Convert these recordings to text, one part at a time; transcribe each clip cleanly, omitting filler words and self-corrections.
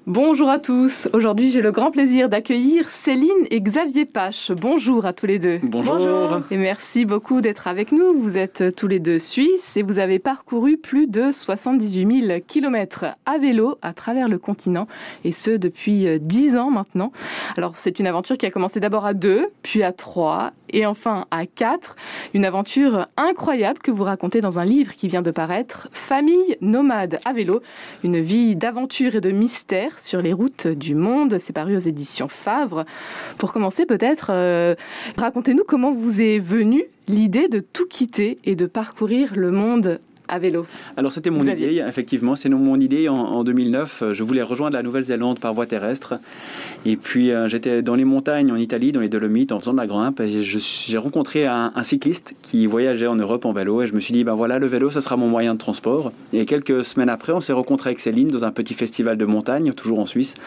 Bonjour à tous. Aujourd'hui, j'ai le grand plaisir d'accueillir Céline et Xavier Pache. Bonjour à tous les deux. Bonjour. Et merci beaucoup d'être avec nous. Vous êtes tous les deux suisses et vous avez parcouru plus de 78 000 kilomètres à vélo à travers le continent, et ce depuis 10 ans maintenant. Alors, c'est une aventure qui a commencé d'abord à 2, puis à 3 et enfin à 4. Une aventure incroyable que vous racontez dans un livre qui vient de paraître, Famille nomade à vélo, une vie d'aventure et de mystère sur les routes du monde. C'est paru aux éditions Favre. Pour commencer, peut-être, racontez-nous comment vous est venue l'idée de tout quitter et de parcourir le monde à vélo. Alors c'était mon idée, effectivement, c'est mon idée en 2009. Je voulais rejoindre la Nouvelle-Zélande par voie terrestre. Et puis j'étais dans les montagnes en Italie, dans les Dolomites, en faisant de la grimpe. Et j'ai rencontré un cycliste qui voyageait en Europe en vélo. Et je me suis dit, voilà, le vélo, ça sera mon moyen de transport. Et quelques semaines après, on s'est rencontré avec Céline dans un petit festival de montagne, toujours en Suisse.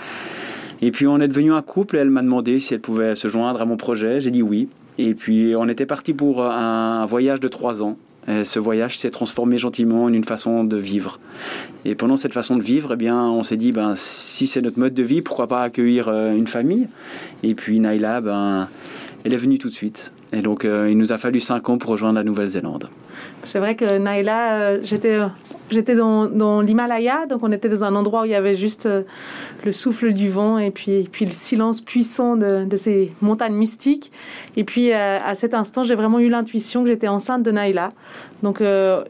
Et puis on est devenu un couple. Elle m'a demandé si elle pouvait se joindre à mon projet. J'ai dit oui. Et puis on était parti pour un voyage de 3 ans. Et ce voyage s'est transformé gentiment en une façon de vivre. Et pendant cette façon de vivre, on s'est dit, si c'est notre mode de vie, pourquoi pas accueillir une famille ? Et puis Naïla, elle est venue tout de suite. Et donc, il nous a fallu 5 ans pour rejoindre la Nouvelle-Zélande. C'est vrai que Naïla, j'étais dans l'Himalaya, donc on était dans un endroit où il y avait juste le souffle du vent et puis le silence puissant de ces montagnes mystiques. Et puis à cet instant, j'ai vraiment eu l'intuition que j'étais enceinte de Naïla. Donc on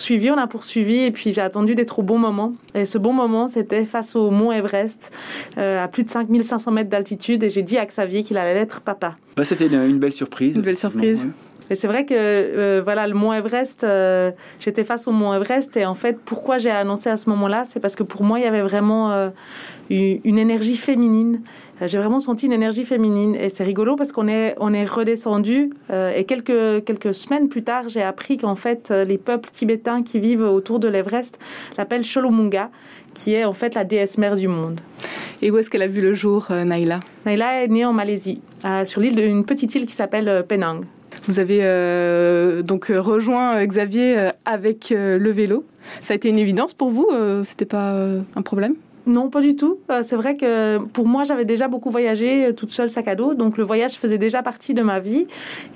a poursuivi et puis j'ai attendu d'être au bon moment. Et ce bon moment, c'était face au mont Everest, à plus de 5500 mètres d'altitude. Et j'ai dit à Xavier qu'il allait être papa. C'était une belle surprise. Une belle surprise. Ouais. Et c'est vrai que le mont Everest, j'étais face au mont Everest et en fait, pourquoi j'ai annoncé à ce moment-là, c'est parce que pour moi, il y avait vraiment une énergie féminine. J'ai vraiment senti une énergie féminine et c'est rigolo parce qu'on est redescendu et quelques semaines plus tard, j'ai appris qu'en fait, les peuples tibétains qui vivent autour de l'Everest l'appellent Cholomungma, qui est en fait la déesse mère du monde. Et où est-ce qu'elle a vu le jour, Naïla ? Naïla est née en Malaisie, sur une petite île qui s'appelle Penang. Vous avez donc rejoint Xavier avec le vélo. Ça a été une évidence pour vous ? C'était pas un problème ? Non, pas du tout. C'est vrai que pour moi, j'avais déjà beaucoup voyagé toute seule, sac à dos. Donc, le voyage faisait déjà partie de ma vie.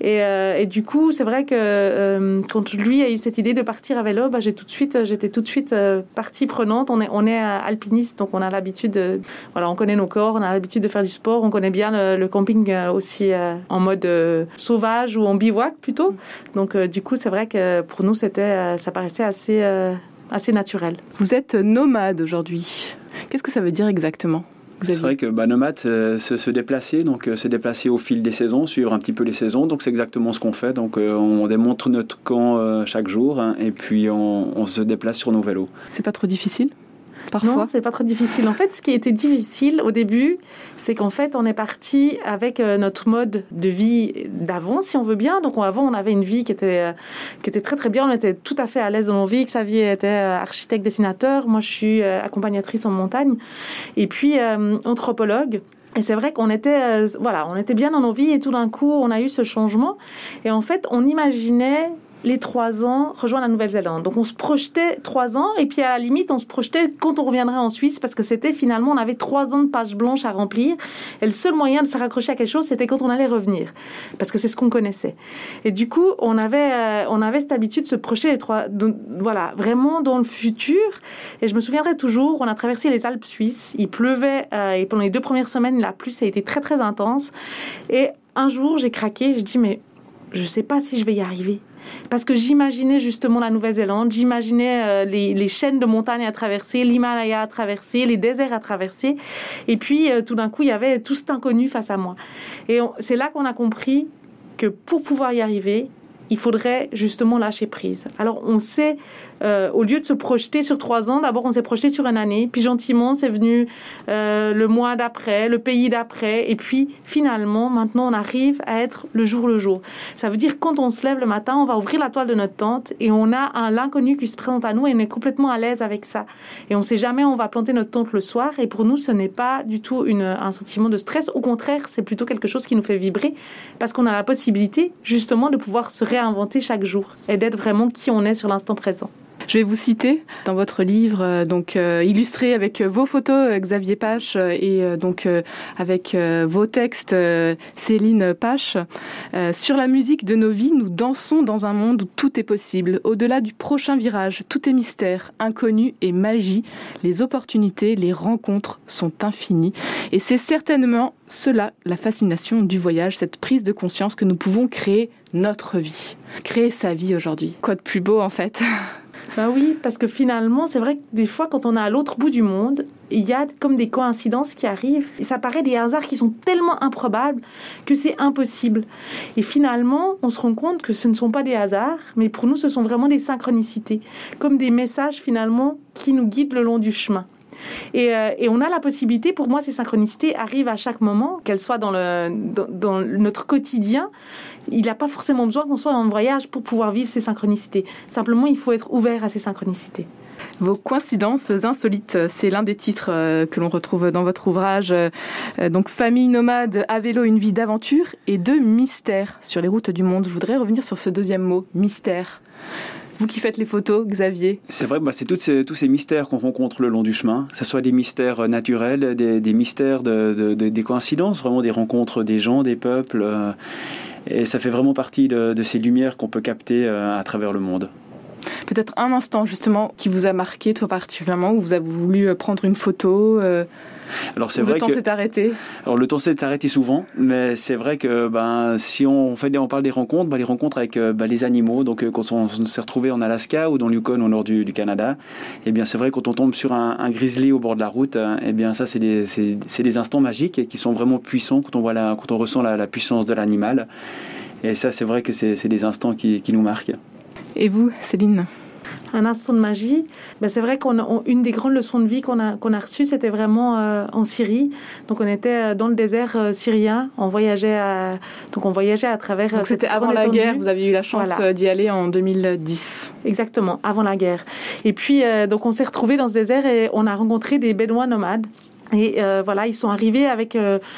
Et du coup, c'est vrai que quand lui a eu cette idée de partir à vélo, j'étais tout de suite partie prenante. On est alpiniste, donc on a l'habitude on connaît nos corps, on a l'habitude de faire du sport. On connaît bien le camping aussi en mode sauvage ou en bivouac plutôt. Donc, du coup, c'est vrai que pour nous, ça paraissait assez naturel. Vous êtes nomade aujourd'hui. Qu'est-ce que ça veut dire exactement ? C'est vrai que nomade, c'est se déplacer, donc se déplacer au fil des saisons, suivre un petit peu les saisons. Donc c'est exactement ce qu'on fait. Donc on démontre notre camp chaque jour et puis on se déplace sur nos vélos. C'est pas trop difficile ? Parfois. Non, c'est pas très difficile. En fait, ce qui était difficile au début, c'est qu'en fait, on est parti avec notre mode de vie d'avant, si on veut bien. Donc, avant, on avait une vie qui était très, très bien. On était tout à fait à l'aise dans nos vies. Xavier était architecte dessinateur. Moi, je suis accompagnatrice en montagne. Et puis, anthropologue. Et c'est vrai qu'on était, on était bien dans nos vies. Et tout d'un coup, on a eu ce changement. Et en fait, on imaginait les 3 ans rejoindre la Nouvelle-Zélande. Donc on se projetait 3 ans et puis à la limite on se projetait quand on reviendrait en Suisse parce que c'était finalement on avait 3 ans de pages blanches à remplir et le seul moyen de se raccrocher à quelque chose c'était quand on allait revenir parce que c'est ce qu'on connaissait. Et du coup on avait cette habitude de se projeter vraiment dans le futur. Et je me souviendrai toujours, on a traversé les Alpes suisses, il pleuvait et pendant les 2 premières semaines la pluie ça a été très très intense et un jour j'ai craqué, je dis mais je sais pas si je vais y arriver. Parce que j'imaginais justement la Nouvelle-Zélande, j'imaginais les chaînes de montagnes à traverser, l'Himalaya à traverser, les déserts à traverser. Et puis, tout d'un coup, il y avait tout cet inconnu face à moi. Et c'est là qu'on a compris que pour pouvoir y arriver, il faudrait justement lâcher prise. Alors, on sait, au lieu de se projeter sur 3 ans, d'abord, on s'est projeté sur une année, puis gentiment, c'est venu le mois d'après, le pays d'après, et puis finalement, maintenant, on arrive à être le jour le jour. Ça veut dire quand on se lève le matin, on va ouvrir la toile de notre tente et on a l'inconnu qui se présente à nous et on est complètement à l'aise avec ça. Et on ne sait jamais où on va planter notre tente le soir. Et pour nous, ce n'est pas du tout un sentiment de stress. Au contraire, c'est plutôt quelque chose qui nous fait vibrer parce qu'on a la possibilité, justement, de pouvoir se réinventer chaque jour et d'être vraiment qui on est sur l'instant présent. Je vais vous citer dans votre livre, illustré avec vos photos, Xavier Pache, et avec vos textes, Céline Pache. Sur la musique de nos vies, nous dansons dans un monde où tout est possible. Au-delà du prochain virage, tout est mystère, inconnu et magie. Les opportunités, les rencontres sont infinies. Et c'est certainement cela, la fascination du voyage, cette prise de conscience que nous pouvons créer notre vie. Créer sa vie aujourd'hui. Quoi de plus beau en fait ? Ben oui, parce que finalement, c'est vrai que des fois, quand on est à l'autre bout du monde, il y a comme des coïncidences qui arrivent. Et ça paraît des hasards qui sont tellement improbables que c'est impossible. Et finalement, on se rend compte que ce ne sont pas des hasards, mais pour nous, ce sont vraiment des synchronicités. Comme des messages, finalement, qui nous guident le long du chemin. Et on a la possibilité, pour moi, ces synchronicités arrivent à chaque moment, qu'elles soient dans notre quotidien. Il n'a pas forcément besoin qu'on soit en voyage pour pouvoir vivre ces synchronicités. Simplement, il faut être ouvert à ces synchronicités. Vos coïncidences insolites, c'est l'un des titres que l'on retrouve dans votre ouvrage. Donc, famille nomade à vélo, une vie d'aventure et de mystère sur les routes du monde. Je voudrais revenir sur ce deuxième mot, mystère. Vous qui faites les photos, Xavier. C'est vrai, c'est tous ces mystères qu'on rencontre le long du chemin, que ce soit des mystères naturels, des mystères des coïncidences, vraiment des rencontres des gens, des peuples. Et ça fait vraiment partie de ces lumières qu'on peut capter à travers le monde. Peut-être un instant justement qui vous a marqué, toi particulièrement, où vous avez voulu prendre une photo. Alors c'est vrai le temps s'est arrêté. Alors le temps s'est arrêté souvent, mais c'est vrai que si on parle des rencontres, les rencontres avec les animaux. Donc quand on s'est retrouvé en Alaska ou dans le Yukon au nord du Canada, c'est vrai quand on tombe sur un grizzly au bord de la route, ça c'est des instants magiques qui sont vraiment puissants quand on ressent la puissance de l'animal. Et ça c'est vrai que c'est des instants qui nous marquent. Et vous, Céline ? Un instant de magie, c'est vrai qu'une des grandes leçons de vie qu'on a reçues, c'était vraiment en Syrie. Donc on était dans le désert syrien, on voyageait à travers... Donc c'était avant la guerre, vous avez eu la chance d'y aller en 2010. Exactement, avant la guerre. Et puis donc on s'est retrouvés dans ce désert et on a rencontré des bédouins nomades. Et ils sont arrivés avec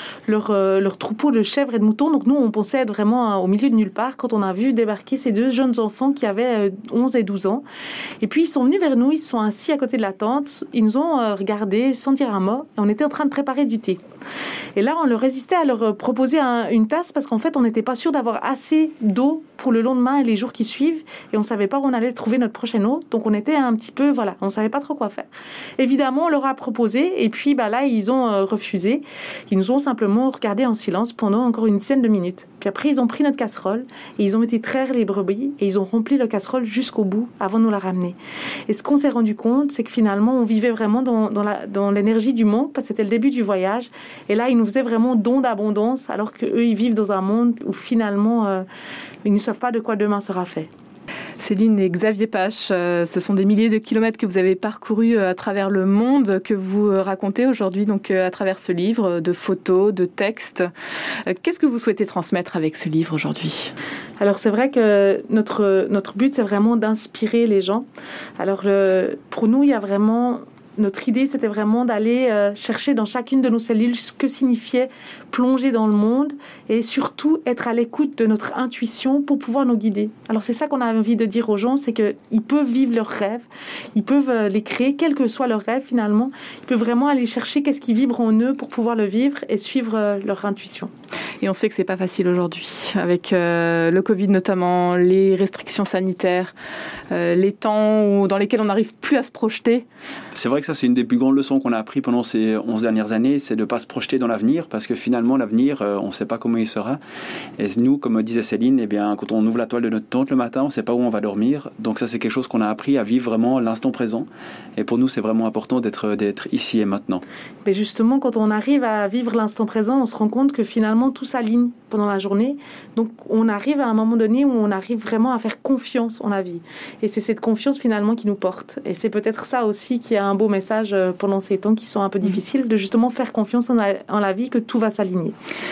leur troupeau de chèvres et de moutons. Donc nous, on pensait être vraiment au milieu de nulle part quand on a vu débarquer ces deux jeunes enfants qui avaient 11 et 12 ans. Et puis ils sont venus vers nous, ils se sont assis à côté de la tente, ils nous ont regardés sans dire un mot. Et on était en train de préparer du thé. Et là, on leur résistait à leur proposer une tasse parce qu'en fait, on n'était pas sûr d'avoir assez d'eau pour le lendemain et les jours qui suivent. Et on ne savait pas où on allait trouver notre prochaine eau. Donc on était un petit peu, on ne savait pas trop quoi faire. Évidemment, on leur a proposé. Et puis là, ils ont refusé. Ils nous ont simplement regardé en silence pendant encore une dizaine de minutes. Puis après, ils ont pris notre casserole et ils ont été traire les brebis et ils ont rempli la casserole jusqu'au bout avant de nous la ramener. Et ce qu'on s'est rendu compte, c'est que finalement, on vivait vraiment dans l'énergie du manque parce que c'était le début du voyage. Et là, ils nous faisaient vraiment don d'abondance alors qu'eux, ils vivent dans un monde où finalement, ils ne savent pas de quoi demain sera fait. Céline et Xavier Pache, ce sont des milliers de kilomètres que vous avez parcourus à travers le monde, que vous racontez aujourd'hui donc à travers ce livre de photos, de textes. Qu'est-ce que vous souhaitez transmettre avec ce livre aujourd'hui ? Alors c'est vrai que notre but, c'est vraiment d'inspirer les gens. Alors pour nous, il y a vraiment... Notre idée, c'était vraiment d'aller chercher dans chacune de nos cellules ce que signifiait plonger dans le monde et surtout être à l'écoute de notre intuition pour pouvoir nous guider. Alors c'est ça qu'on a envie de dire aux gens, c'est qu'ils peuvent vivre leurs rêves, ils peuvent les créer, quel que soit leur rêve finalement. Ils peuvent vraiment aller chercher qu'est-ce qui vibre en eux pour pouvoir le vivre et suivre leur intuition. Et on sait que c'est pas facile aujourd'hui, avec le Covid notamment, les restrictions sanitaires, les temps dans lesquels on n'arrive plus à se projeter. C'est vrai que ça, c'est une des plus grandes leçons qu'on a appris pendant ces 11 dernières années, c'est de ne pas se projeter dans l'avenir, parce que finalement, l'avenir, on ne sait pas comment il sera. Et nous, comme disait Céline, quand on ouvre la toile de notre tente le matin, on ne sait pas où on va dormir. Donc ça, c'est quelque chose qu'on a appris à vivre vraiment l'instant présent. Et pour nous, c'est vraiment important d'être ici et maintenant. Mais justement, quand on arrive à vivre l'instant présent, on se rend compte que finalement, tout s'aligne pendant la journée. Donc, on arrive à un moment donné où on arrive vraiment à faire confiance en la vie. Et c'est cette confiance finalement qui nous porte. Et c'est peut-être ça aussi qui est un beau message pendant ces temps qui sont un peu difficiles, de justement faire confiance en la vie, que tout va s'aligner.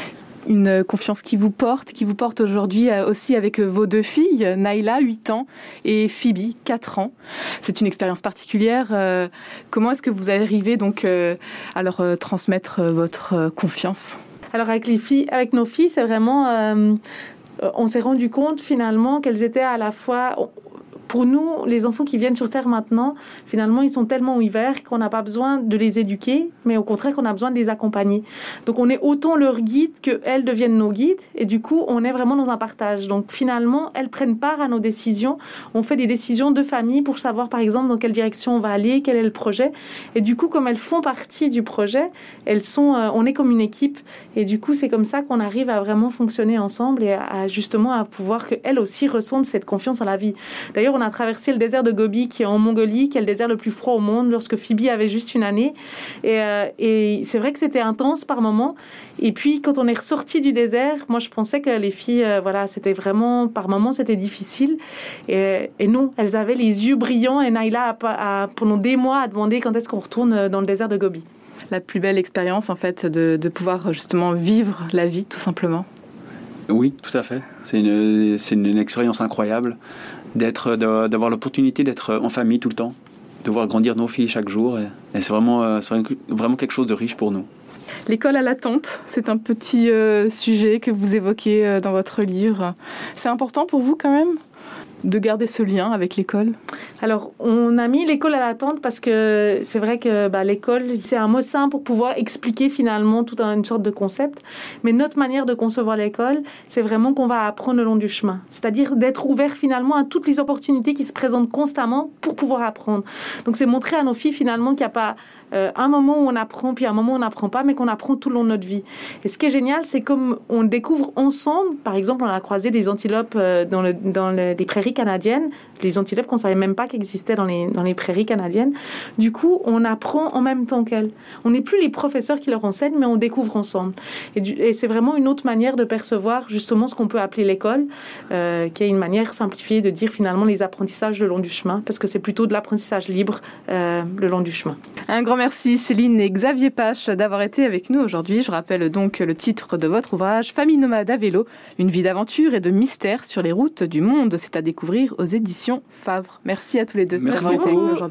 Une confiance qui vous porte aujourd'hui aussi avec vos deux filles, Naïla, 8 ans, et Phoebe, 4 ans. C'est une expérience particulière. Comment est-ce que vous arrivez donc à leur transmettre votre confiance ? Alors avec nos filles, c'est vraiment... on s'est rendu compte finalement qu'elles étaient à la fois... pour nous, les enfants qui viennent sur Terre maintenant, finalement, ils sont tellement ouverts qu'on n'a pas besoin de les éduquer, mais au contraire qu'on a besoin de les accompagner. Donc on est autant leur guide qu'elles deviennent nos guides, et du coup, on est vraiment dans un partage. Donc finalement, elles prennent part à nos décisions. On fait des décisions de famille pour savoir, par exemple, dans quelle direction on va aller, quel est le projet. Et du coup, comme elles font partie du projet, on est comme une équipe. Et du coup, c'est comme ça qu'on arrive à vraiment fonctionner ensemble et justement à pouvoir qu'elles aussi ressentent cette confiance en la vie. D'ailleurs, on a traversé le désert de Gobi, qui est en Mongolie, qui est le désert le plus froid au monde, lorsque Phoebe avait juste 1 année. Et c'est vrai que c'était intense par moments. Et puis, quand on est ressorti du désert, moi, je pensais que les filles, c'était vraiment, par moments, c'était difficile. Et non, elles avaient les yeux brillants. Et Naïla, pendant des mois, a demandé quand est-ce qu'on retourne dans le désert de Gobi. La plus belle expérience, en fait, de pouvoir justement vivre la vie, tout simplement. Oui, tout à fait. C'est une expérience incroyable d'avoir l'opportunité d'être en famille tout le temps, de voir grandir nos filles chaque jour. Et c'est vraiment quelque chose de riche pour nous. L'école à l'attente, c'est un petit sujet que vous évoquez dans votre livre. C'est important pour vous quand même de garder ce lien avec l'école? Alors, on a mis l'école à l'attente parce que c'est vrai que l'école, c'est un mot simple pour pouvoir expliquer finalement toute une sorte de concept. Mais notre manière de concevoir l'école, c'est vraiment qu'on va apprendre le long du chemin. C'est-à-dire d'être ouvert finalement à toutes les opportunités qui se présentent constamment pour pouvoir apprendre. Donc, c'est montrer à nos filles finalement qu'il n'y a pas un moment où on apprend, puis un moment où on n'apprend pas, mais qu'on apprend tout le long de notre vie. Et ce qui est génial, c'est comme on découvre ensemble, par exemple, on a croisé des antilopes dans les prairies canadiennes, les antilopes qu'on ne savait même pas qu'existaient dans les prairies canadiennes. Du coup, on apprend en même temps qu'elles. On n'est plus les professeurs qui leur enseignent, mais on découvre ensemble. Et c'est vraiment une autre manière de percevoir justement ce qu'on peut appeler l'école, qui est une manière simplifiée de dire finalement les apprentissages le long du chemin, parce que c'est plutôt de l'apprentissage libre le long du chemin. Un grand merci Céline et Xavier Pache d'avoir été avec nous aujourd'hui. Je rappelle donc le titre de votre ouvrage, Famille nomade à vélo, une vie d'aventure et de mystère sur les routes du monde. C'est à découvrir aux éditions Favre. Merci à tous les deux d'avoir été avec nous aujourd'hui.